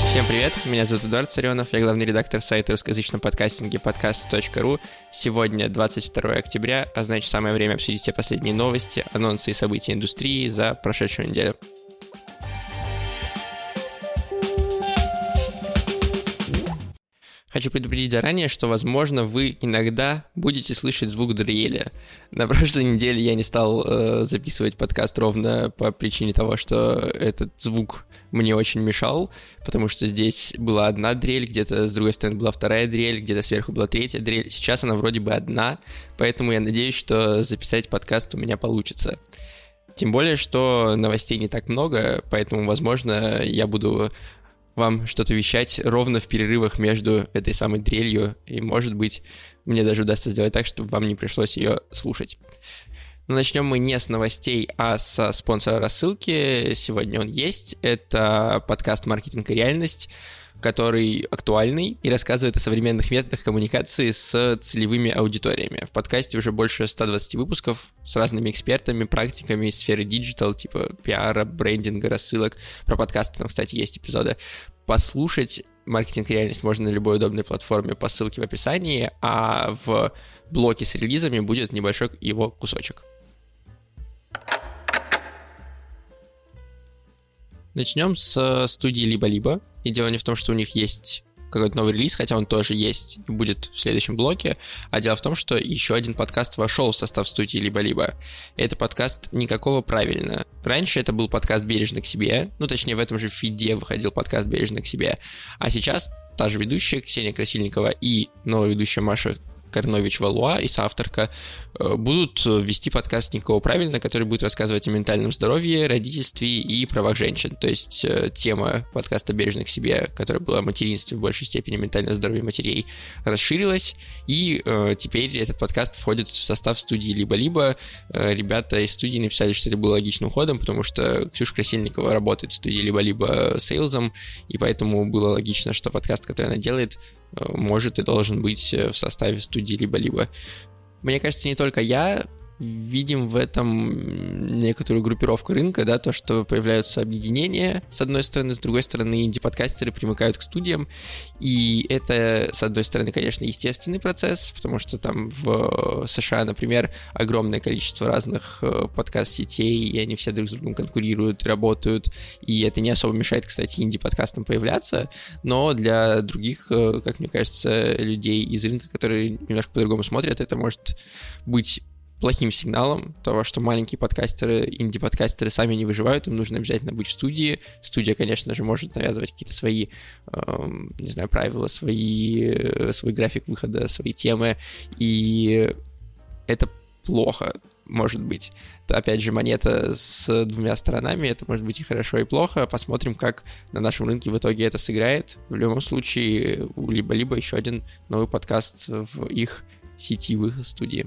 Всем привет, меня зовут Эдуард Царенов, я главный редактор сайта русскоязычного подкастинга podcast.ru. Сегодня 22 октября, а значит самое время обсудить все последние новости, анонсы и события индустрии за прошедшую неделю. Хочу предупредить заранее, что, возможно, вы иногда будете слышать звук дрели. На прошлой неделе я не стал записывать подкаст ровно по причине того, что этот звук мне очень мешал, потому что здесь была одна дрель, где-то с другой стороны была вторая дрель, где-то сверху была третья дрель. Сейчас она вроде бы одна, поэтому я надеюсь, что записать подкаст у меня получится. Тем более, что новостей не так много, поэтому, возможно, я буду вам что-то вещать ровно в перерывах между этой самой дрелью, и, может быть, мне даже удастся сделать так, чтобы вам не пришлось ее слушать. Но начнем мы не с новостей, а со спонсора рассылки. Сегодня он есть. Это подкаст «Маркетинг и реальность», который актуальный и рассказывает о современных методах коммуникации с целевыми аудиториями. В подкасте уже больше 120 выпусков с разными экспертами, практиками из сферы диджитал, типа пиара, брендинга, рассылок. Про подкасты там, кстати, есть эпизоды. Послушать «Маркетинг и реальность» можно на любой удобной платформе по ссылке в описании, а в блоке с релизами будет небольшой его кусочек. Начнем с студии «Либо-либо». И дело не в том, что у них есть какой-то новый релиз, хотя он тоже есть и будет в следующем блоке, а дело в том, что еще один подкаст вошел в состав студии «Либо-либо». И это подкаст «Никакого правильно». Раньше это был подкаст «Бережно к себе», ну, точнее, в этом же фиде выходил подкаст «Бережно к себе», а сейчас та же ведущая Ксения Красильникова и новая ведущая Маша Карнович-Валуа и соавторка будут вести подкаст «Никакого правильно», который будет рассказывать о ментальном здоровье, родительстве и правах женщин. То есть тема подкаста «Бережно к себе», которая была о материнстве в большей степени, ментального здоровья матерей, расширилась, и теперь этот подкаст входит в состав студии «Либо-либо». Ребята из студии написали, что это было логичным ходом, потому что Ксюша Красильникова работает в студии «Либо-либо» сейлзом, и поэтому было логично, что подкаст, который она делает, может и должен быть в составе студии «Либо-либо». Мне кажется, не только я видим в этом некоторую группировку рынка, да, то, что появляются объединения, с одной стороны, с другой стороны, инди-подкастеры примыкают к студиям, и это, с одной стороны, конечно, естественный процесс, потому что там в США, например, огромное количество разных подкаст-сетей, и они все друг с другом конкурируют, работают, и это не особо мешает, кстати, инди-подкастам появляться, но для других, как мне кажется, людей из рынка, которые немножко по-другому смотрят, это может быть плохим сигналом того, что маленькие подкастеры, инди-подкастеры сами не выживают, им нужно обязательно быть в студии. Студия, конечно же, может навязывать какие-то свои, не знаю, правила, свой график выхода, свои темы, и это плохо, может быть. Это, опять же, монета с двумя сторонами, это может быть и хорошо, и плохо. Посмотрим, как на нашем рынке в итоге это сыграет. В любом случае, у Либо-либо еще один новый подкаст в их сети, в их студии.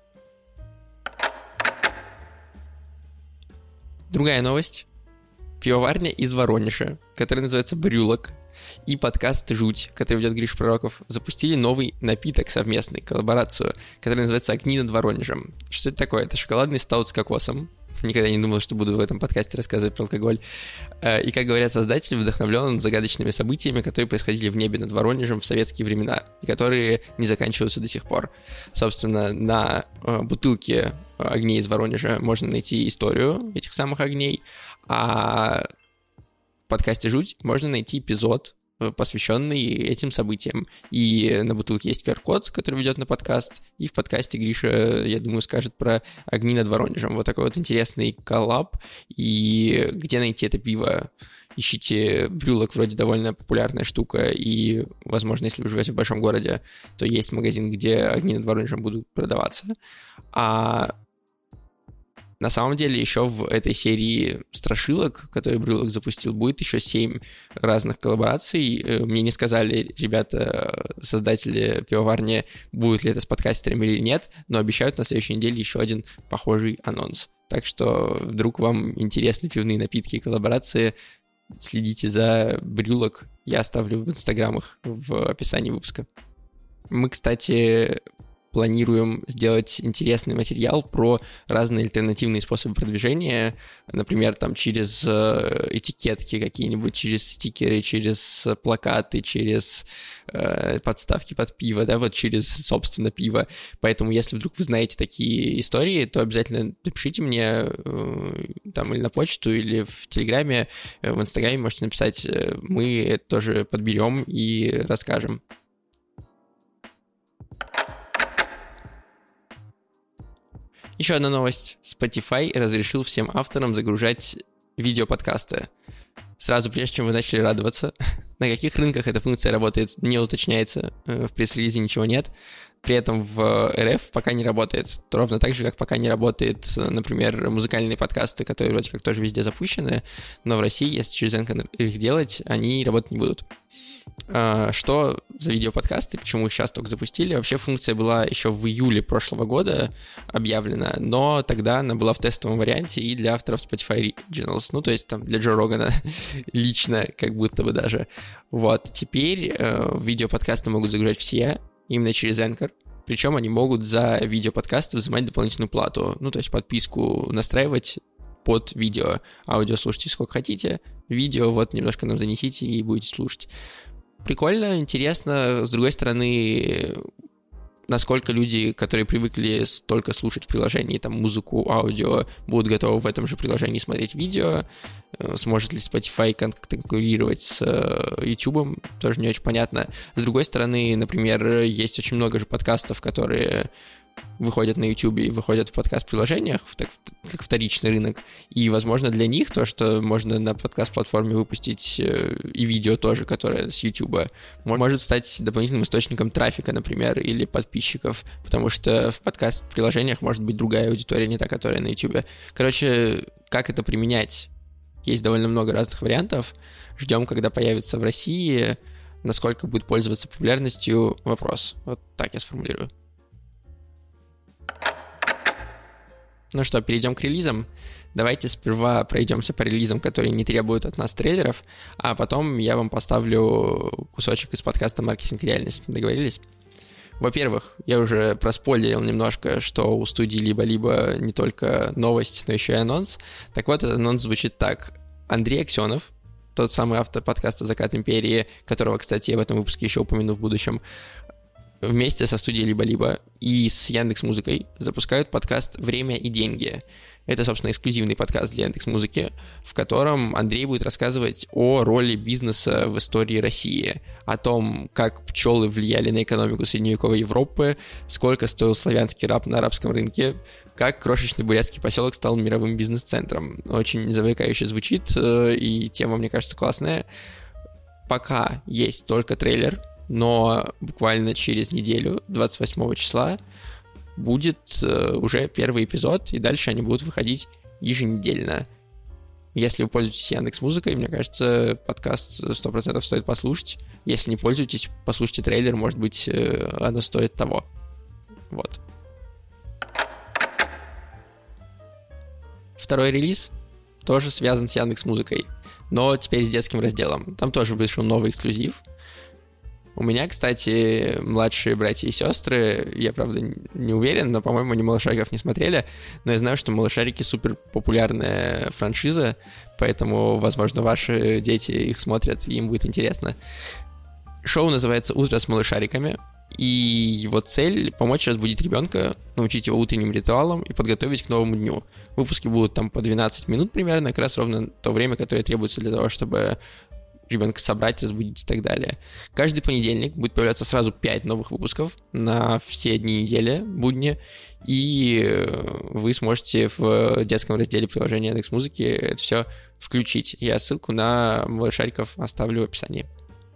Другая новость. Пивоварня из Воронежа, которая называется «Брюлок», и подкаст «Жуть», который ведет Гриша Пророков, запустили новый напиток совместный, коллаборацию, который называется «Огни над Воронежем». Что это такое? Это шоколадный стаут с кокосом. Никогда не думал, что буду в этом подкасте рассказывать про алкоголь. И, как говорят создатели, вдохновлен он загадочными событиями, которые происходили в небе над Воронежем в советские времена, и которые не заканчиваются до сих пор. Собственно, на бутылке огней из Воронежа можно найти историю этих самых огней, а в подкасте «Жуть» можно найти эпизод, посвященный этим событиям. И на бутылке есть QR-код, который ведет на подкаст, и в подкасте Гриша, я думаю, скажет про огни над Воронежем. Вот такой вот интересный коллаб. И где найти это пиво? Ищите «Брюлок», вроде довольно популярная штука, и, возможно, если вы живете в большом городе, то есть магазин, где огни над Воронежем будут продаваться. А на самом деле еще в этой серии страшилок, которые Брюлок запустил, будет еще 7 разных коллабораций. Мне не сказали ребята, создатели пивоварни, будет ли это с подкастерами или нет, но обещают на следующей неделе еще один похожий анонс. Так что вдруг вам интересны пивные напитки и коллаборации, следите за Брюлок. Я оставлю в инстаграмах в описании выпуска. Мы, кстати, планируем сделать интересный материал про разные альтернативные способы продвижения, например, там через этикетки какие-нибудь, через стикеры, через плакаты, через подставки под пиво, да, вот через, собственно, пиво. Поэтому, если вдруг вы знаете такие истории, то обязательно напишите мне там или на почту, или в Телеграме, в Инстаграме можете написать, мы это тоже подберем и расскажем. Еще одна новость. Spotify разрешил всем авторам загружать видеоподкасты. Сразу, прежде чем вы начали радоваться, на каких рынках эта функция работает, не уточняется, в пресс-релизе ничего нет. При этом в РФ пока не работает. Ровно так же, как пока не работает, например, музыкальные подкасты, которые вроде как тоже везде запущены, но в России, если через Anchor их делать, они работать не будут. Что за видеоподкасты, почему их сейчас только запустили? Вообще функция была еще в июле прошлого года объявлена, но тогда она была в тестовом варианте и для авторов Spotify Originals, ну то есть там для Джо Рогана лично, как будто бы даже. Вот, теперь видеоподкасты могут загружать все, именно через Anchor, причем они могут за видеоподкасты взимать дополнительную плату, ну то есть подписку настраивать под видео. Аудио слушайте сколько хотите, видео вот немножко нам занесите и будете слушать. Прикольно, интересно. С другой стороны, насколько люди, которые привыкли только слушать в приложении там музыку, аудио, будут готовы в этом же приложении смотреть видео. Сможет ли Spotify конкурировать с YouTube, тоже не очень понятно. С другой стороны, например, есть очень много же подкастов, которые выходят на YouTube и выходят в подкаст-приложениях, как вторичный рынок. И, возможно, для них то, что можно на подкаст-платформе выпустить и видео тоже, которое с YouTube, может стать дополнительным источником трафика, например, или подписчиков, потому что в подкаст-приложениях может быть другая аудитория, не та, которая на YouTube. Короче, как это применять? Есть довольно много разных вариантов. Ждем, когда появится в России. Насколько будет пользоваться популярностью — вопрос. Вот так я сформулирую. Ну что, перейдем к релизам. Давайте сперва пройдемся по релизам, которые не требуют от нас трейлеров, а потом я вам поставлю кусочек из подкаста «Маркетинг и реальность». Договорились? Во-первых, я уже проспойлерил немножко, что у студии «Либо-либо» не только новость, но еще и анонс. Так вот, этот анонс звучит так. Андрей Аксенов, тот самый автор подкаста «Закат империи», которого, кстати, я в этом выпуске еще упомяну в будущем, вместе со студией «Либо-либо» и с Яндекс.Музыкой запускают подкаст «Время и деньги». Это, собственно, эксклюзивный подкаст для Яндекс.Музыки, в котором Андрей будет рассказывать о роли бизнеса в истории России, о том, как пчелы влияли на экономику средневековой Европы, сколько стоил славянский раб на арабском рынке, как крошечный бурятский поселок стал мировым бизнес-центром. Очень завлекающе звучит, и тема, мне кажется, классная. Пока есть только трейлер, но буквально через неделю, 28 числа, будет уже первый эпизод, и дальше они будут выходить еженедельно. Если вы пользуетесь Яндекс.Музыкой, мне кажется, подкаст 100% стоит послушать. Если не пользуетесь, послушайте трейлер, может быть, оно стоит того. Вот. Второй релиз тоже связан с Яндекс.Музыкой, но теперь с детским разделом. Там тоже вышел новый эксклюзив. У меня, кстати, младшие братья и сестры, я, правда, не уверен, но, по-моему, они «Малышариков» не смотрели, но я знаю, что «Малышарики» супер популярная франшиза, поэтому, возможно, ваши дети их смотрят, и им будет интересно. Шоу называется «Утро с малышариками», и его цель — помочь разбудить ребенка, научить его утренним ритуалам и подготовить к новому дню. Выпуски будут там по 12 минут примерно, как раз ровно то время, которое требуется для того, чтобы ребенка собрать, разбудить и так далее. Каждый понедельник будет появляться сразу 5 новых выпусков на все дни недели, будни, и вы сможете в детском разделе приложения Яндекс.Музыки это все включить. Я ссылку на «Малышариков» оставлю в описании.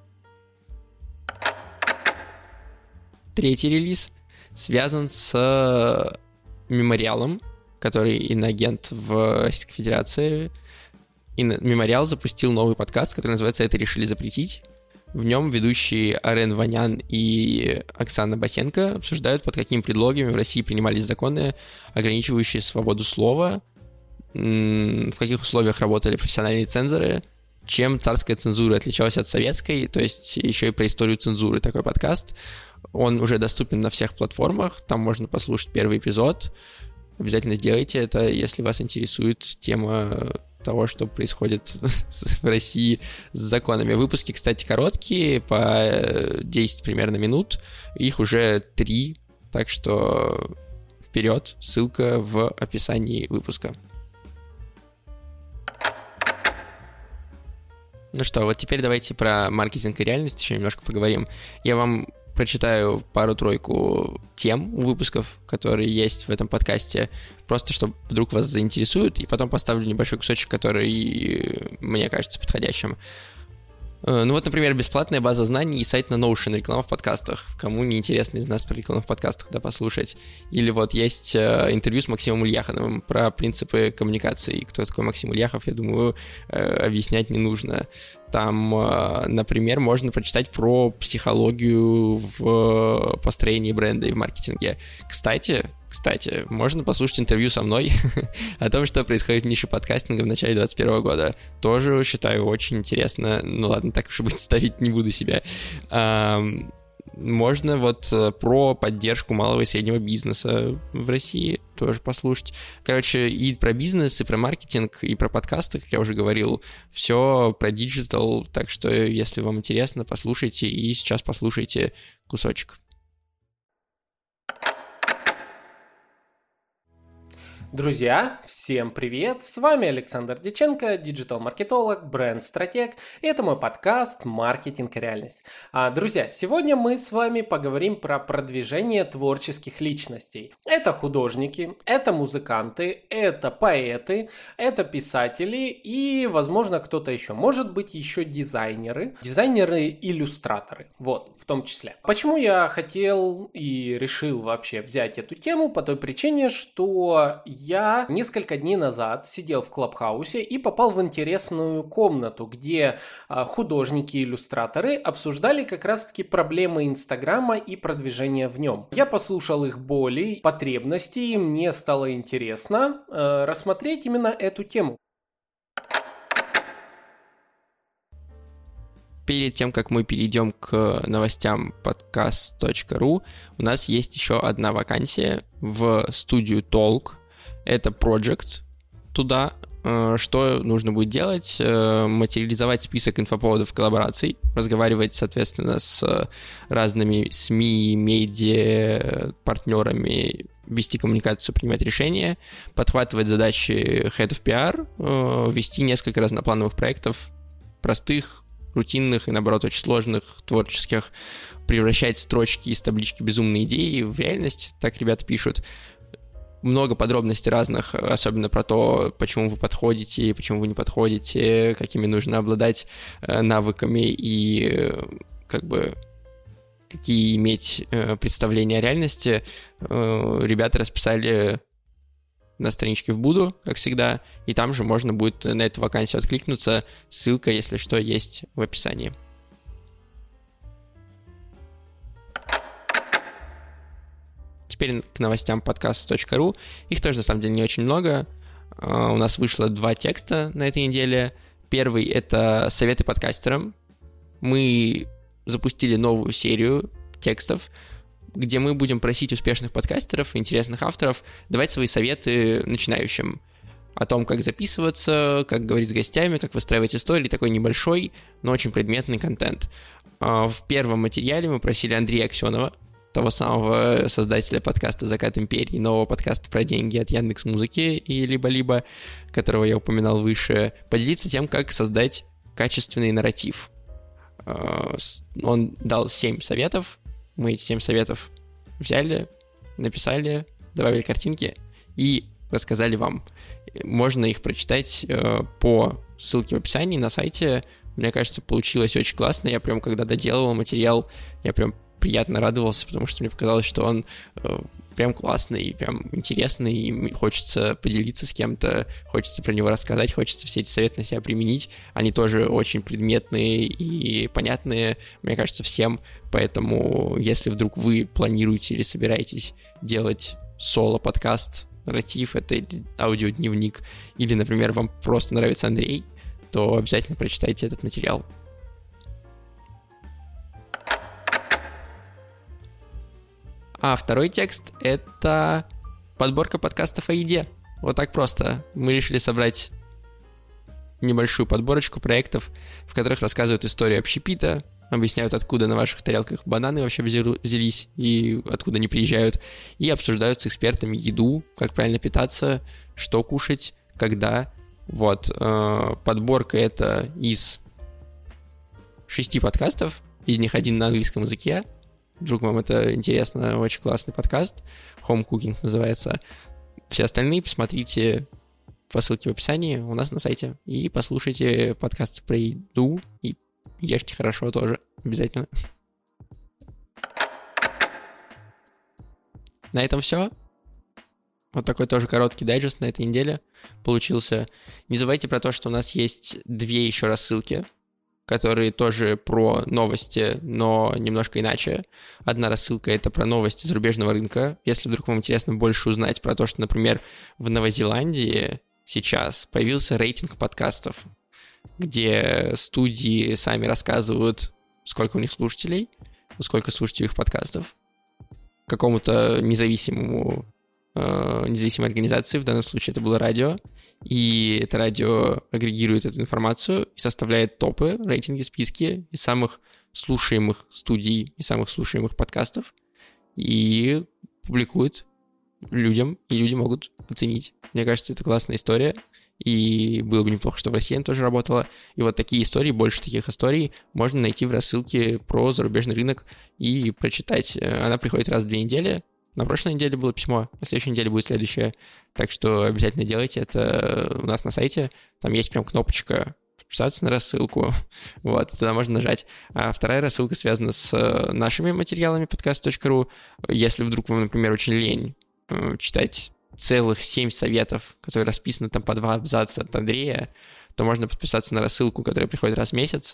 Третий релиз связан с мемориалом, который иноагент в Российской Федерации. И Мемориал запустил новый подкаст, который называется «Это решили запретить». В нем ведущие Арен Ванян и Оксана Басенко обсуждают, под какими предлогами в России принимались законы, ограничивающие свободу слова, в каких условиях работали профессиональные цензоры чем царская цензура отличалась от советской, то есть еще и про историю цензуры такой подкаст. Он уже доступен на всех платформах, там можно послушать первый эпизод. Обязательно сделайте это, если вас интересует тема того, что происходит в России с законами. Выпуски, кстати, короткие, по 10 примерно минут. Их уже 3, так что вперед, ссылка в описании выпуска. Ну что, вот теперь давайте про маркетинг и реальность еще немножко поговорим. Я вам прочитаю пару-тройку тем выпусков, которые есть в этом подкасте, просто чтобы вдруг вас заинтересуют, и потом поставлю небольшой кусочек, который мне кажется подходящим. Ну вот, например, бесплатная база знаний и сайт на Notion, реклама в подкастах. Кому не интересно из нас про рекламу в подкастах, да, послушать. Или вот есть интервью с Максимом Ульяховым про принципы коммуникации. Кто такой Максим Ульяхов, я думаю, объяснять не нужно. Там, например, можно прочитать про психологию в построении бренда и в маркетинге. Кстати, можно послушать интервью со мной о том, что происходит в нише подкастинга в начале 2021 года. Тоже считаю очень интересно. Ну ладно, так уж и быть, ставить не буду себя. Можно вот про поддержку малого и среднего бизнеса в России тоже послушать. Короче, и про бизнес, и про маркетинг, и про подкасты, как я уже говорил, все про диджитал, так что если вам интересно, послушайте, и сейчас послушайте кусочек. Друзья, всем привет! С вами Александр Дьяченко, диджитал-маркетолог, бренд-стратег, и это мой подкаст «Маркетинг и реальность». Друзья, сегодня мы с вами поговорим про продвижение творческих личностей. Это художники, это музыканты, это поэты, это писатели и, возможно, кто-то еще. Может быть, еще дизайнеры-иллюстраторы, вот, в том числе. Почему я хотел и решил вообще взять эту тему? По той причине, что я несколько дней назад сидел в Клабхаусе и попал в интересную комнату, где художники и иллюстраторы обсуждали как раз-таки проблемы Инстаграма и продвижения в нем. Я послушал их боли, потребности, и мне стало интересно рассмотреть именно эту тему. Перед тем, как мы перейдем к новостям podcast.ru, у нас есть еще одна вакансия в студию Talk. Это project туда. Что нужно будет делать? Материализовать список инфоповодов коллабораций, разговаривать, соответственно, с разными СМИ, медиа, партнерами, вести коммуникацию, принимать решения, подхватывать задачи Head of PR, вести несколько разноплановых проектов, простых, рутинных и, наоборот, очень сложных, творческих, превращать строчки из таблички «Безумные идеи» в реальность, так ребята пишут. Много подробностей разных, особенно про то, почему вы подходите, почему вы не подходите, какими нужно обладать навыками и как бы какие иметь представления о реальности. Ребята расписали на страничке в Буду, как всегда, и там же можно будет на эту вакансию откликнуться. Ссылка, если что, есть в описании. Теперь к новостям подкаст.ру. Их тоже, на самом деле, не очень много. У нас вышло 2 текста на этой неделе. Первый — это советы подкастерам. Мы запустили новую серию текстов, где мы будем просить успешных подкастеров, интересных авторов давать свои советы начинающим о том, как записываться, как говорить с гостями, как выстраивать истории, такой небольшой, но очень предметный контент. В первом материале мы просили Андрея Аксенова, того самого создателя подкаста «Закат империи», нового подкаста про деньги от Яндекс.Музыки и либо-либо, которого я упоминал выше, поделиться тем, как создать качественный нарратив. Он дал 7 советов, мы эти 7 советов взяли, написали, добавили картинки и рассказали вам. Можно их прочитать по ссылке в описании на сайте. Мне кажется, получилось очень классно. Я прям, когда доделывал материал, я прям приятно радовался, потому что мне показалось, что он прям классный, прям интересный, и хочется поделиться с кем-то, хочется про него рассказать, хочется все эти советы на себя применить. Они тоже очень предметные и понятные, мне кажется, всем. Поэтому, если вдруг вы планируете или собираетесь делать соло-подкаст, нарратив, это аудиодневник, или, например, вам просто нравится Андрей, то обязательно прочитайте этот материал. А второй текст — это подборка подкастов о еде. Вот так просто. Мы решили собрать небольшую подборочку проектов, в которых рассказывают историю общепита, объясняют, откуда на ваших тарелках бананы вообще взялись и откуда они приезжают, и обсуждают с экспертами еду, как правильно питаться, что кушать, когда. Вот. Подборка это из 6 подкастов, из них один на английском языке. Вдруг вам это интересно, очень классный подкаст. Home Cooking называется. Все остальные посмотрите по ссылке в описании у нас на сайте. И послушайте подкаст про еду. И ешьте хорошо тоже. Обязательно. На этом все. Вот такой тоже короткий дайджест на этой неделе получился. Не забывайте про то, что у нас есть 2 еще рассылки, которые тоже про новости, но немножко иначе. Одна рассылка — это про новости зарубежного рынка. Если вдруг вам интересно больше узнать про то, что, например, в Новой Зеландии сейчас появился рейтинг подкастов, где студии сами рассказывают, сколько у них слушателей, сколько слушателей их подкастов, какому-то независимой организации, в данном случае это было радио, и это радио агрегирует эту информацию и составляет топы, рейтинги, списки из самых слушаемых студий и самых слушаемых подкастов и публикует людям, и люди могут оценить. Мне кажется, это классная история, и было бы неплохо, чтобы в России она тоже работала. И вот такие истории, больше таких историй можно найти в рассылке про зарубежный рынок и прочитать. Она приходит раз в 2 недели. На прошлой неделе было письмо, на следующей неделе будет следующее. Так что обязательно делайте это у нас на сайте. Там есть прям кнопочка «Подписаться на рассылку». Вот, туда можно нажать. А вторая рассылка связана с нашими материалами podcast.ru. Если вдруг вам, например, очень лень читать целых 7 советов, которые расписаны там по 2 абзаца от Андрея, то можно подписаться на рассылку, которая приходит раз в месяц.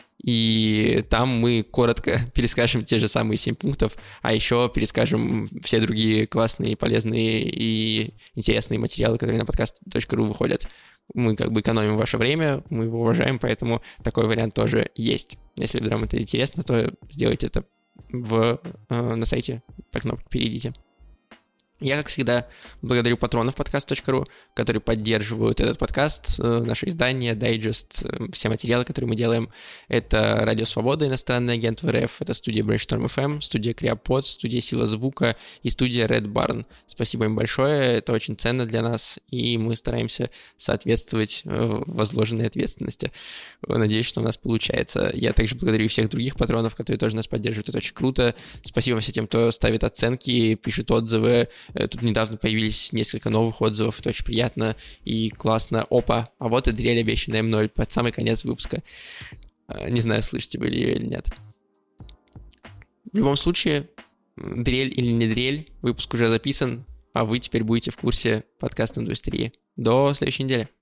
И там мы коротко перескажем те же самые 7 пунктов, а еще перескажем все другие классные, полезные и интересные материалы, которые на podcast.ru выходят. Мы как бы экономим ваше время, мы его уважаем, поэтому такой вариант тоже есть. Если вдруг вам это интересно, то сделайте это на сайте, по кнопке перейдите. Я, как всегда, благодарю патронов подкаст.ру, которые поддерживают этот подкаст, наше издание, дайджест, все материалы, которые мы делаем. Это Радио Свобода, иностранный агент в РФ, это студия Brainstorm FM, студия Creapod, студия Сила Звука и студия Red Barn. Спасибо им большое, это очень ценно для нас, и мы стараемся соответствовать возложенной ответственности. Надеюсь, что у нас получается. Я также благодарю всех других патронов, которые тоже нас поддерживают, это очень круто. Спасибо всем тем, кто ставит оценки, пишет отзывы. Тут недавно появились несколько новых отзывов, это очень приятно и классно. Опа, а вот и дрель, обещанная мной под самый конец выпуска. Не знаю, слышите вы ее или нет. В любом случае, дрель или не дрель, выпуск уже записан, а вы теперь будете в курсе подкаст-индустрии. До следующей недели.